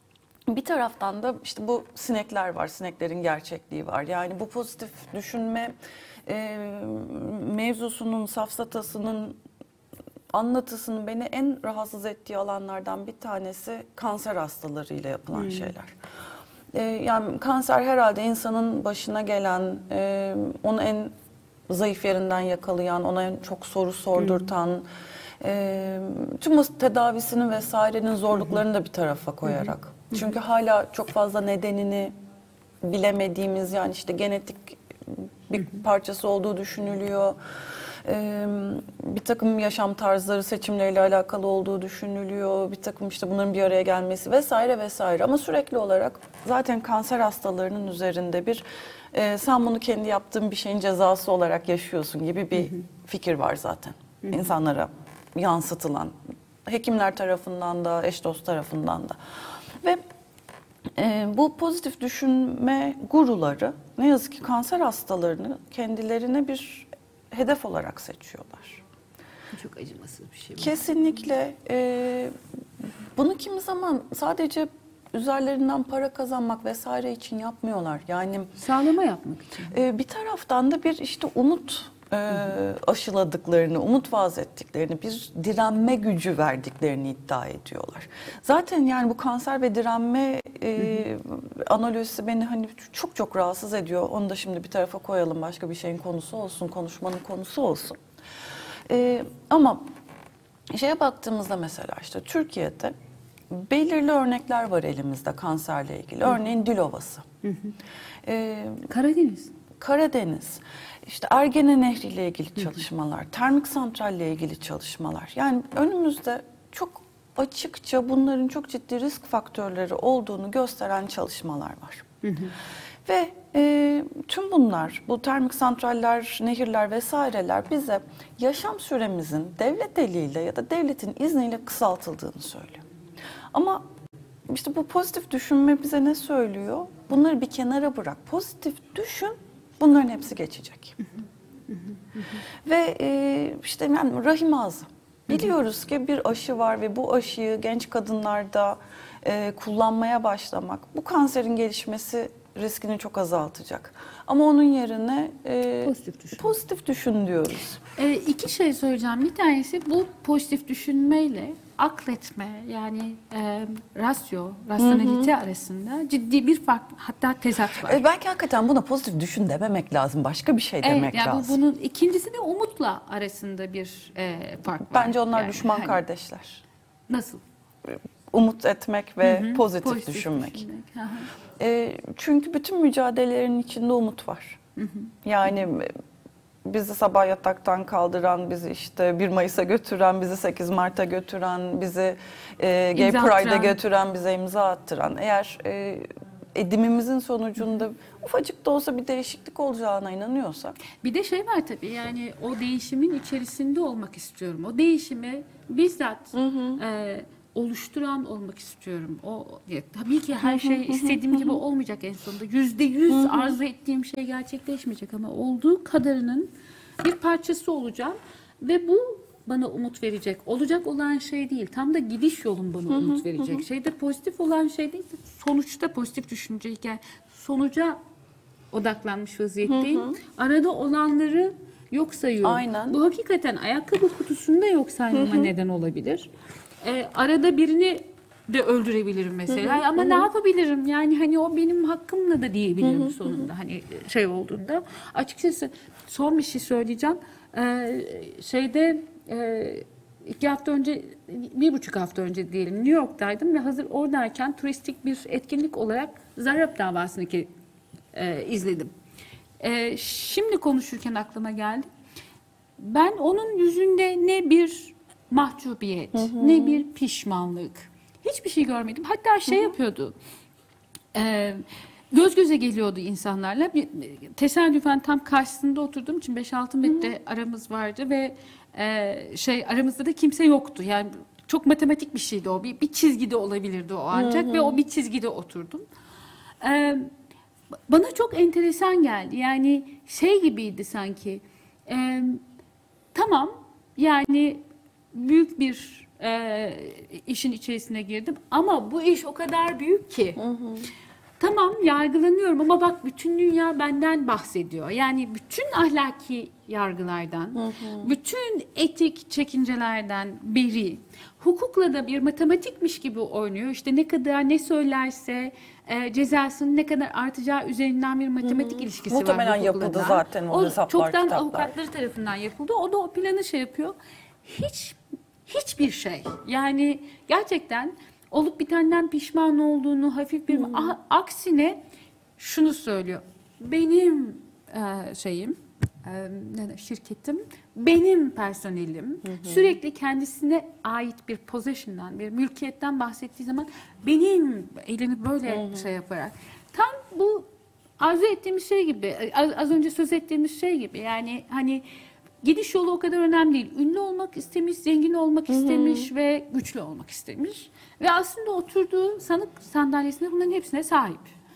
bir taraftan da işte bu sinekler var, sineklerin gerçekliği var. Yani bu pozitif düşünme e, mevzusunun, safsatasının anlatısının beni en rahatsız ettiği alanlardan bir tanesi kanser hastalarıyla yapılan hmm. şeyler. E, yani kanser herhalde insanın başına gelen, e, onu en zayıf yerinden yakalayan, ona en çok soru sordurtan, hmm. e, tüm o tedavisinin vesairenin zorluklarını da bir tarafa koyarak. Hmm. Çünkü hala çok fazla nedenini bilemediğimiz, yani işte genetik bir parçası olduğu düşünülüyor. Ee, bir takım yaşam tarzları, seçimleriyle alakalı olduğu düşünülüyor. Bir takım işte bunların bir araya gelmesi vesaire vesaire. Ama sürekli olarak zaten kanser hastalarının üzerinde bir e, sen bunu kendi yaptığın bir şeyin cezası olarak yaşıyorsun gibi bir hı hı. fikir var zaten. Hı hı. İnsanlara yansıtılan, hekimler tarafından da, eş dost tarafından da. Ve e, bu pozitif düşünme guruları ne yazık ki kanser hastalarını kendilerine bir hedef olarak seçiyorlar. Çok acımasız bir şey. Kesinlikle. E, bunu kimi zaman sadece üzerlerinden para kazanmak vesaire için yapmıyorlar. Yani sağlama yapmak için. E, bir taraftan da bir işte umut e, aşıladıklarını, umut vaaz ettiklerini, bir direnme gücü verdiklerini iddia ediyorlar. Zaten yani bu kanser ve direnme e, analojisi beni hani çok çok rahatsız ediyor. Onu da şimdi bir tarafa koyalım, başka bir şeyin konusu olsun, konuşmanın konusu olsun. E, ama şeye baktığımızda mesela işte Türkiye'de belirli örnekler var elimizde kanserle ilgili. Örneğin Dilovası. Hı hı. E, Karadeniz. Karadeniz. İşte Ergene Nehri ile ilgili çalışmalar, termik santralle ilgili çalışmalar. Yani önümüzde çok açıkça bunların çok ciddi risk faktörleri olduğunu gösteren çalışmalar var. Hı hı. Ve e, tüm bunlar, bu termik santraller, nehirler vesaireler bize yaşam süremizin devlet eliyle ya da devletin izniyle kısaltıldığını söylüyor. Ama işte bu pozitif düşünme bize ne söylüyor? Bunları bir kenara bırak. Pozitif düşün, bunların hepsi geçecek. Ve e, işte yani rahim ağzı. Biliyoruz ki bir aşı var ve bu aşıyı genç kadınlarda e, kullanmaya başlamak bu kanserin gelişmesi riskini çok azaltacak. Ama onun yerine e, pozitif düşün. pozitif düşün diyoruz. E, iki şey söyleyeceğim. Bir tanesi bu pozitif düşünmeyle akletme, yani e, rasyo, rasyonelite arasında ciddi bir fark, hatta tezat var. E, belki hakikaten buna pozitif düşün dememek lazım. Başka bir şey evet, demek yani lazım. Bu, bunun ikincisi de umutla arasında bir e, fark var. Bence onlar yani, düşman hani, kardeşler. Nasıl? Umut etmek ve Hı hı, pozitif, pozitif düşünmek. düşünmek. E, çünkü bütün mücadelelerin içinde umut var. Hı hı. Yani bizi sabah yataktan kaldıran, bizi işte bir Mayıs'a götüren, bizi sekiz Mart'a götüren, bizi e, Gay Pride'a götüren, bize imza attıran. Eğer e, edimimizin sonucunda ufacık da olsa bir değişiklik olacağına inanıyorsak. Bir de şey var tabii, yani o değişimin içerisinde olmak istiyorum. O değişimi bizzat hı hı. E, oluşturan olmak istiyorum. O ya, tabii ki her şey istediğim gibi olmayacak en sonunda. Yüzde yüz arzu ettiğim şey gerçekleşmeyecek ama olduğu kadarının bir parçası olacağım ve bu bana umut verecek. Olacak olan şey değil. Tam da gidiş yolun bana umut verecek. Şeyde pozitif olan şey değil. Sonuçta pozitif düşünecekken sonuca odaklanmış vaziyetteyim. Arada olanları yok sayıyorum. Aynen. Bu hakikaten ayakkabı kutusunda yok saymama neden olabilir. Ee, arada birini de öldürebilirim mesela. Hı hı, ama hı. ne yapabilirim? Yani hani o benim hakkımla da diyebilirim hı hı, sonunda. Hı. Hani şey olduğunda. Açıkçası son bir şey söyleyeceğim. Ee, şeyde e, iki hafta önce, bir buçuk hafta önce diyelim New York'taydım ve hazır oradayken turistik bir etkinlik olarak Zarrab davasını ki, e, izledim. E, şimdi konuşurken aklıma geldi. Ben onun yüzünde ne bir mahcubiyet, hı hı. ne bir pişmanlık, hiçbir şey görmedim. Hatta şey hı hı. yapıyordu, e, göz göze geliyordu insanlarla. Bir, tesadüfen tam karşısında oturduğum için beş altı metre hı hı. aramız vardı ve e, şey aramızda da kimse yoktu. Yani çok matematik bir şeydi o. Bir, bir çizgide olabilirdi o ancak hı hı. ve o bir çizgide oturdum. E, bana çok enteresan geldi. Yani şey gibiydi sanki. E, tamam, yani büyük bir e, işin içerisine girdim. Ama bu iş o kadar büyük ki. Hı hı. Tamam yargılanıyorum ama bak bütün dünya benden bahsediyor. Yani bütün ahlaki yargılardan, hı hı. bütün etik çekincelerden beri hukukla da bir matematikmiş gibi oynuyor. İşte ne kadar ne söylerse e, cezasının ne kadar artacağı üzerinden bir matematik hı hı. ilişkisi Muhtemelen var hukukla yapıldı da. zaten o, o hesaplar, çoktan kitaplar. avukatları tarafından yapıldı. O da o planı şey yapıyor. Hiç hiçbir şey. Yani gerçekten olup bitenden pişman olduğunu hafif bir hmm. a, aksine şunu söylüyor. Benim e, şeyim e, ne şirketim, benim personelim hı hı. sürekli kendisine ait bir possession'dan, bir mülkiyetten bahsettiği zaman benim elini böyle hı hı. şey yaparak tam bu arzu ettiğimiz şey gibi, az, az önce söz ettiğimiz şey gibi. Yani hani gidiş yolu o kadar önemli değil. Ünlü olmak istemiş, zengin olmak hı hı. istemiş ve güçlü olmak istemiş. Ve aslında oturduğu sanık sandalyesinde bunların hepsine sahip.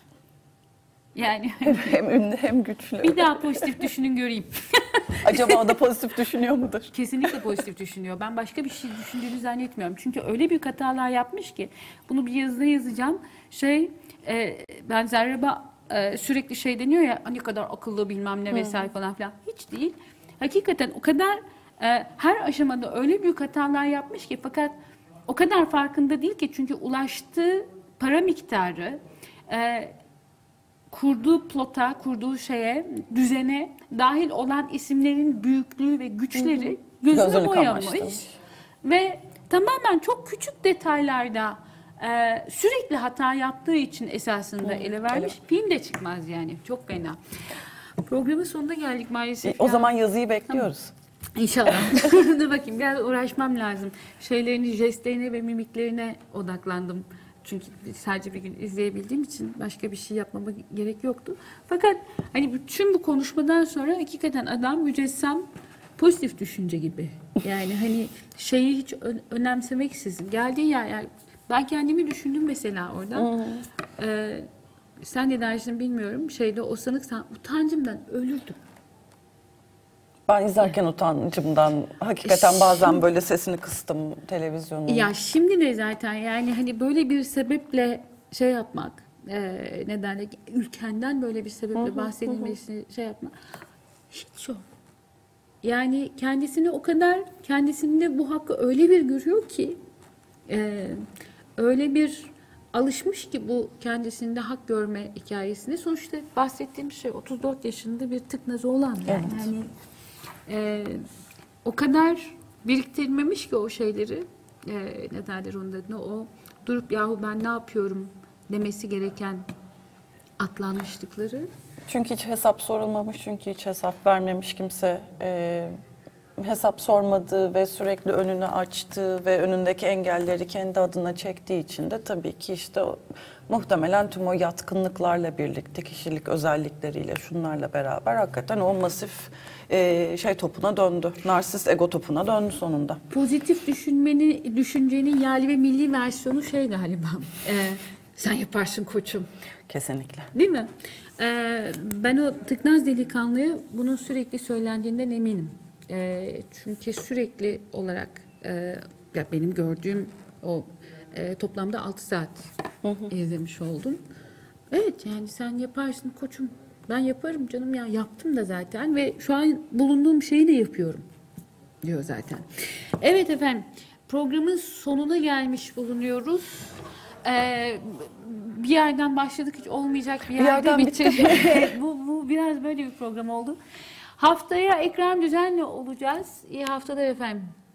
Yani hem ünlü hem güçlü. Bir daha pozitif düşünün göreyim. Acaba o da pozitif düşünüyor mudur? Kesinlikle pozitif düşünüyor. Ben başka bir şey düşündüğünü zannetmiyorum. Çünkü öyle büyük hatalar yapmış ki bunu bir yazıda yazacağım. Şey e, ben Zerrab'a e, sürekli şey deniyor ya ne kadar akıllı bilmem ne vesaire falan filan. Hiç değil. Hakikaten o kadar e, her aşamada öyle büyük hatalar yapmış ki fakat o kadar farkında değil ki çünkü ulaştığı para miktarı e, kurduğu plota, kurduğu şeye, düzene dahil olan isimlerin büyüklüğü ve güçleri hı hı. gözüne Gözünü boyamış. kamaştırmış. Ve tamamen çok küçük detaylarda e, sürekli hata yaptığı için esasında hı, ele vermiş. Evet. Film de çıkmaz yani. Çok fena. Programın sonuna geldik maalesef. E, o ya. zaman yazıyı bekliyoruz. Tamam. İnşallah. Dur bakayım biraz uğraşmam lazım. Şeylerini, jestlerine ve mimiklerine odaklandım. Çünkü sadece bir gün izleyebildiğim için başka bir şey yapmama gerek yoktu. Fakat hani bütün bu konuşmadan sonra hakikaten adam mücessem pozitif düşünce gibi. Yani hani şeyi hiç ö- önemsemeksizin. Geldiği yer, yani ben kendimi düşündüm mesela orada. Ee, sen ne dersin bilmiyorum. Şeyde o sanıksan utancımdan ölürdüm. Ben izlerken utancımdan hakikaten bazen böyle sesini kıstım televizyonun. Ya şimdi de zaten yani hani böyle bir sebeple şey yapmak, e, ne derler, ülkenden böyle bir sebeple bahsedilmesini şey yapmak hiç yok. Yani kendisini o kadar, kendisinde bu hakkı öyle bir görüyor ki, e, öyle bir alışmış ki bu kendisinde hak görme hikayesinde. Sonuçta bahsettiğim şey otuz dört yaşında bir tıknazı olan yani. Evet. Yani Ee, o kadar biriktirmemiş ki o şeyleri e, ne derler onun adına o durup yahu ben ne yapıyorum demesi gereken atlanmışlıkları. Çünkü hiç hesap sorulmamış, çünkü hiç hesap vermemiş kimse. E, hesap sormadığı ve sürekli önünü açtığı ve önündeki engelleri kendi adına çektiği için de tabii ki işte o, muhtemelen tüm o yatkınlıklarla birlikte, kişilik özellikleriyle, şunlarla beraber hakikaten o masif e, şey topuna döndü. Narsist ego topuna döndü sonunda. Pozitif düşünmeni, düşüncenin yerli ve milli versiyonu şey galiba. E, sen yaparsın koçum. Kesinlikle. Değil mi? E, ben o tıknaz delikanlıya bunun sürekli söylendiğinden eminim. E, çünkü sürekli olarak e, ya benim gördüğüm o e, toplamda altı saat hı hı. izlemiş oldum. Evet yani sen yaparsın koçum. Ben yaparım canım ya yaptım da zaten ve şu an bulunduğum şeyi de yapıyorum diyor zaten. Evet efendim programın sonuna gelmiş bulunuyoruz. Ee, bir yerden başladık hiç olmayacak bir yerde bitti. bu, bu biraz böyle bir program oldu. Haftaya ekran düzenli olacağız. İyi haftalar efendim.